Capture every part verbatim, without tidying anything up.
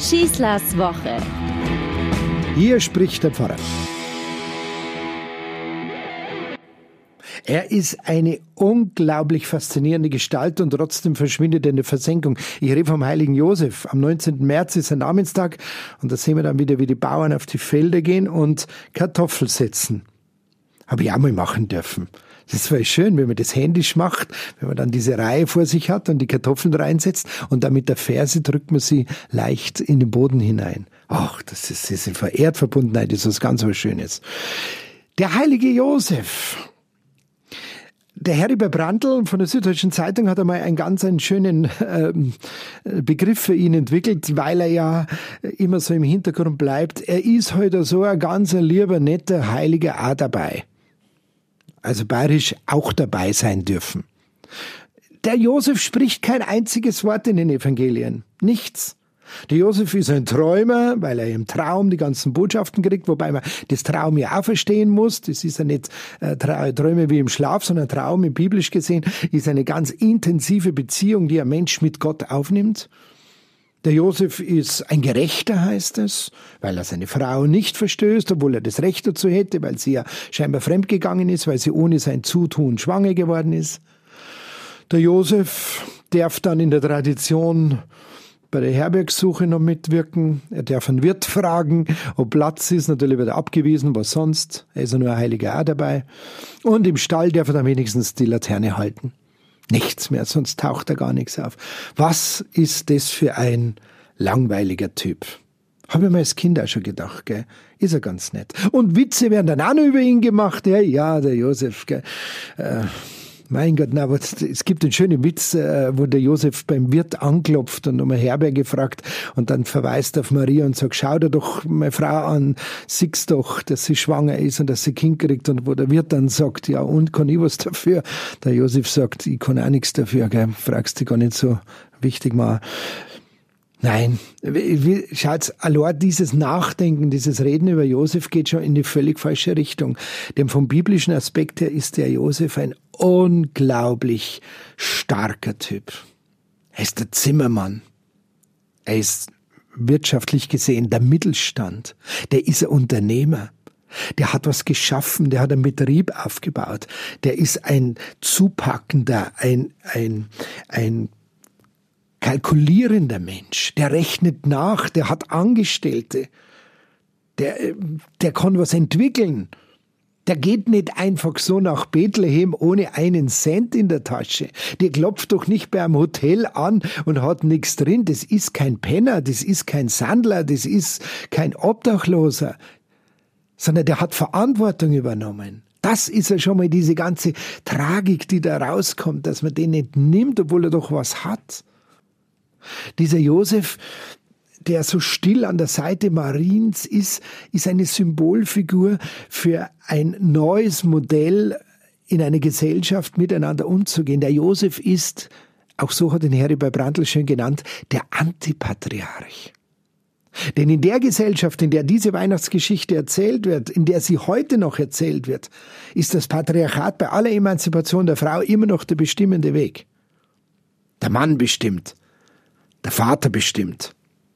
Schießlers Woche. Hier spricht der Pfarrer. Er ist eine unglaublich faszinierende Gestalt und trotzdem verschwindet er in der Versenkung. Ich rede vom heiligen Josef. Am neunzehnten März ist sein Namenstag und da sehen wir dann wieder, wie die Bauern auf die Felder gehen und Kartoffeln setzen. Habe ich auch mal machen dürfen. Das war schön, wenn man das händisch macht, wenn man dann diese Reihe vor sich hat und die Kartoffeln reinsetzt und dann mit der Ferse drückt man sie leicht in den Boden hinein. Ach, das ist, das ist eine Erdverbundenheit, das ist was ganz was Schönes. Der heilige Josef. Der Heribert Brandl von der Süddeutschen Zeitung hat einmal einen ganz einen schönen äh, Begriff für ihn entwickelt, weil er ja immer so im Hintergrund bleibt. Er ist heute so ein ganz ein lieber, netter Heiliger auch dabei. Also bayerisch auch dabei sein dürfen. Der Josef spricht kein einziges Wort in den Evangelien. Nichts. Der Josef ist ein Träumer, weil er im Traum die ganzen Botschaften kriegt, wobei man das Traum ja auch verstehen muss. Das ist ja nicht äh, Träume wie im Schlaf, sondern Traum, biblisch gesehen, ist eine ganz intensive Beziehung, die ein Mensch mit Gott aufnimmt. Der Josef ist ein Gerechter, heißt es, weil er seine Frau nicht verstößt, obwohl er das Recht dazu hätte, weil sie ja scheinbar fremdgegangen ist, weil sie ohne sein Zutun schwanger geworden ist. Der Josef darf dann in der Tradition bei der Herbergssuche noch mitwirken. Er darf einen Wirt fragen, ob Platz ist. Natürlich wird er abgewiesen, was sonst. Er ist ja nur ein Heiliger auch dabei. Und im Stall darf er dann wenigstens die Laterne halten. Nichts mehr, sonst taucht da gar nichts auf. Was ist das für ein langweiliger Typ? Habe ich mir als Kind auch schon gedacht, gell? Ist er ganz nett. Und Witze werden dann auch noch über ihn gemacht. Ja, ja, der Josef, gell? Äh, mein Gott, na, was, es gibt einen schönen Witz, äh, wo der Josef beim Wirt anklopft und um eine Herberge fragt und dann verweist auf Maria und sagt, schau dir doch meine Frau an, siehst doch, dass sie schwanger ist und dass sie Kind kriegt, und wo der Wirt dann sagt, ja, und kann ich was dafür? Der Josef sagt, ich kann auch nichts dafür, gell? Fragst dich gar nicht so wichtig mal. Nein, schaut, allein dieses Nachdenken, dieses Reden über Josef geht schon in die völlig falsche Richtung. Denn vom biblischen Aspekt her ist der Josef ein unglaublich starker Typ. Er ist der Zimmermann. Er ist wirtschaftlich gesehen der Mittelstand. Der ist ein Unternehmer. Der hat was geschaffen, der hat einen Betrieb aufgebaut. Der ist ein zupackender, ein, ein, ein kalkulierender Mensch, der rechnet nach, der hat Angestellte, der, der kann was entwickeln. Der geht nicht einfach so nach Bethlehem ohne einen Cent in der Tasche. Der klopft doch nicht bei einem Hotel an und hat nichts drin. Das ist kein Penner, das ist kein Sandler, das ist kein Obdachloser, sondern der hat Verantwortung übernommen. Das ist ja schon mal diese ganze Tragik, die da rauskommt, dass man den nicht nimmt, obwohl er doch was hat. Dieser Josef, der so still an der Seite Mariens ist, ist eine Symbolfigur für ein neues Modell, in einer Gesellschaft miteinander umzugehen. Der Josef ist, auch so hat ihn Heribert Brandl schön genannt, der Antipatriarch. Denn in der Gesellschaft, in der diese Weihnachtsgeschichte erzählt wird, in der sie heute noch erzählt wird, ist das Patriarchat bei aller Emanzipation der Frau immer noch der bestimmende Weg. Der Mann bestimmt. Der Vater bestimmt.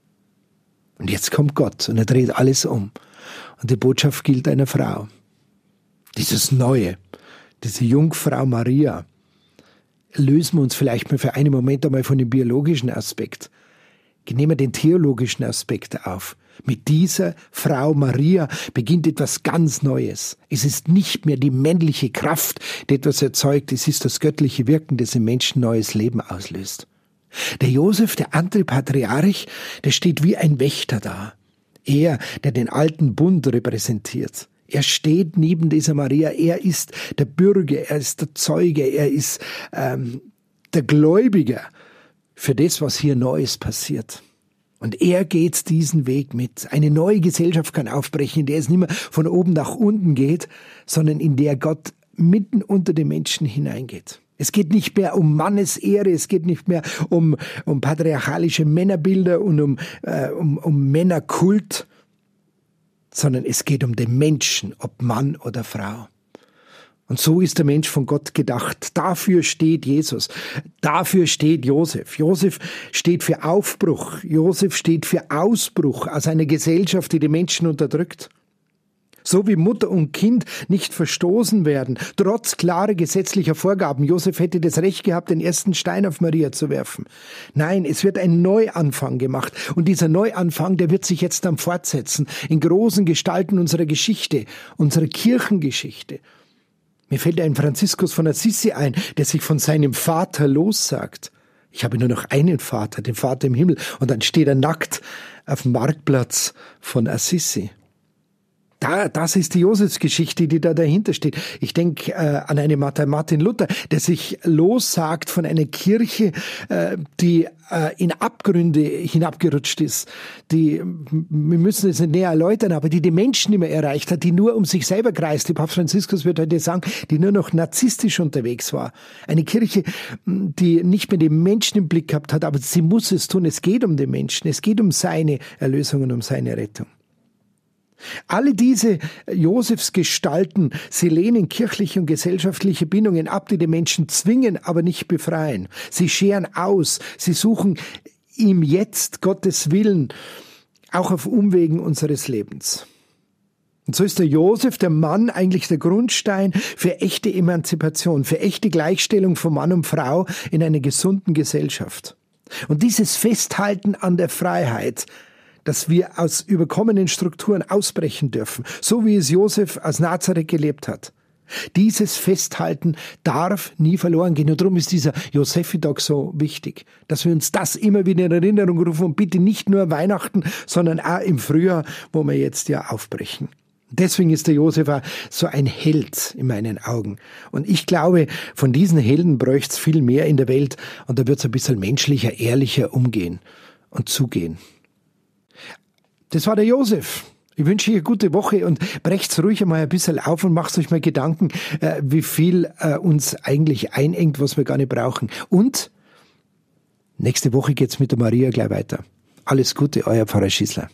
Und jetzt kommt Gott und er dreht alles um. Und die Botschaft gilt einer Frau. Dieses Neue, diese Jungfrau Maria, lösen wir uns vielleicht mal für einen Moment einmal von dem biologischen Aspekt. Nehmen wir den theologischen Aspekt auf. Mit dieser Frau Maria beginnt etwas ganz Neues. Es ist nicht mehr die männliche Kraft, die etwas erzeugt. Es ist das göttliche Wirken, das im Menschen neues Leben auslöst. Der Josef, der Antipatriarch, der steht wie ein Wächter da. Er, der den alten Bund repräsentiert. Er steht neben dieser Maria. Er ist der Bürger, er ist der Zeuge, er ist ähm, der Gläubiger für das, was hier Neues passiert. Und er geht diesen Weg mit. Eine neue Gesellschaft kann aufbrechen, in der es nicht mehr von oben nach unten geht, sondern in der Gott mitten unter den Menschen hineingeht. Es geht nicht mehr um Mannesehre, es geht nicht mehr um, um patriarchalische Männerbilder und um, äh, um, um Männerkult, sondern es geht um den Menschen, ob Mann oder Frau. Und so ist der Mensch von Gott gedacht. Dafür steht Jesus. Dafür steht Josef. Josef steht für Aufbruch. Josef steht für Ausbruch aus einer Gesellschaft, die die Menschen unterdrückt. So wie Mutter und Kind nicht verstoßen werden, trotz klarer gesetzlicher Vorgaben. Josef hätte das Recht gehabt, den ersten Stein auf Maria zu werfen. Nein, es wird ein Neuanfang gemacht. Und dieser Neuanfang, der wird sich jetzt dann fortsetzen in großen Gestalten unserer Geschichte, unserer Kirchengeschichte. Mir fällt ein Franziskus von Assisi ein, der sich von seinem Vater lossagt. Ich habe nur noch einen Vater, den Vater im Himmel. Und dann steht er nackt auf dem Marktplatz von Assisi. Da, das ist die Josefsgeschichte, die da dahinter steht. Ich denke äh, an eine Martin Luther, der sich lossagt von einer Kirche, äh, die äh, in Abgründe hinabgerutscht ist, die, wir müssen es nicht näher erläutern, aber die die Menschen immer erreicht hat, die nur um sich selber kreiste. Papst Franziskus wird heute sagen, die nur noch narzisstisch unterwegs war. Eine Kirche, die nicht mehr den Menschen im Blick gehabt hat, aber sie muss es tun. Es geht um den Menschen, es geht um seine Erlösung und um seine Rettung. Alle diese Josefsgestalten, sie lehnen kirchliche und gesellschaftliche Bindungen ab, die die Menschen zwingen, aber nicht befreien. Sie scheren aus, sie suchen ihm jetzt Gottes Willen, auch auf Umwegen unseres Lebens. Und so ist der Josef, der Mann, eigentlich der Grundstein für echte Emanzipation, für echte Gleichstellung von Mann und Frau in einer gesunden Gesellschaft. Und dieses Festhalten an der Freiheit, dass wir aus überkommenen Strukturen ausbrechen dürfen, so wie es Josef aus Nazareth gelebt hat. Dieses Festhalten darf nie verloren gehen. Und darum ist dieser Josefitag so wichtig, dass wir uns das immer wieder in Erinnerung rufen und bitte nicht nur Weihnachten, sondern auch im Frühjahr, wo wir jetzt ja aufbrechen. Deswegen ist der Josef auch so ein Held in meinen Augen. Und ich glaube, von diesen Helden bräuchte es viel mehr in der Welt und da wird es ein bisschen menschlicher, ehrlicher umgehen und zugehen. Das war der Josef. Ich wünsche euch eine gute Woche und brecht's ruhig einmal ein bisschen auf und macht euch mal Gedanken, äh, wie viel äh, uns eigentlich einengt, was wir gar nicht brauchen. Und nächste Woche geht's mit der Maria gleich weiter. Alles Gute, euer Pfarrer Schießler.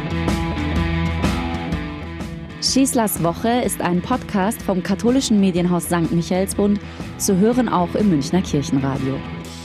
Schießlers Woche ist ein Podcast vom katholischen Medienhaus Sankt Michaelsbund, zu hören auch im Münchner Kirchenradio.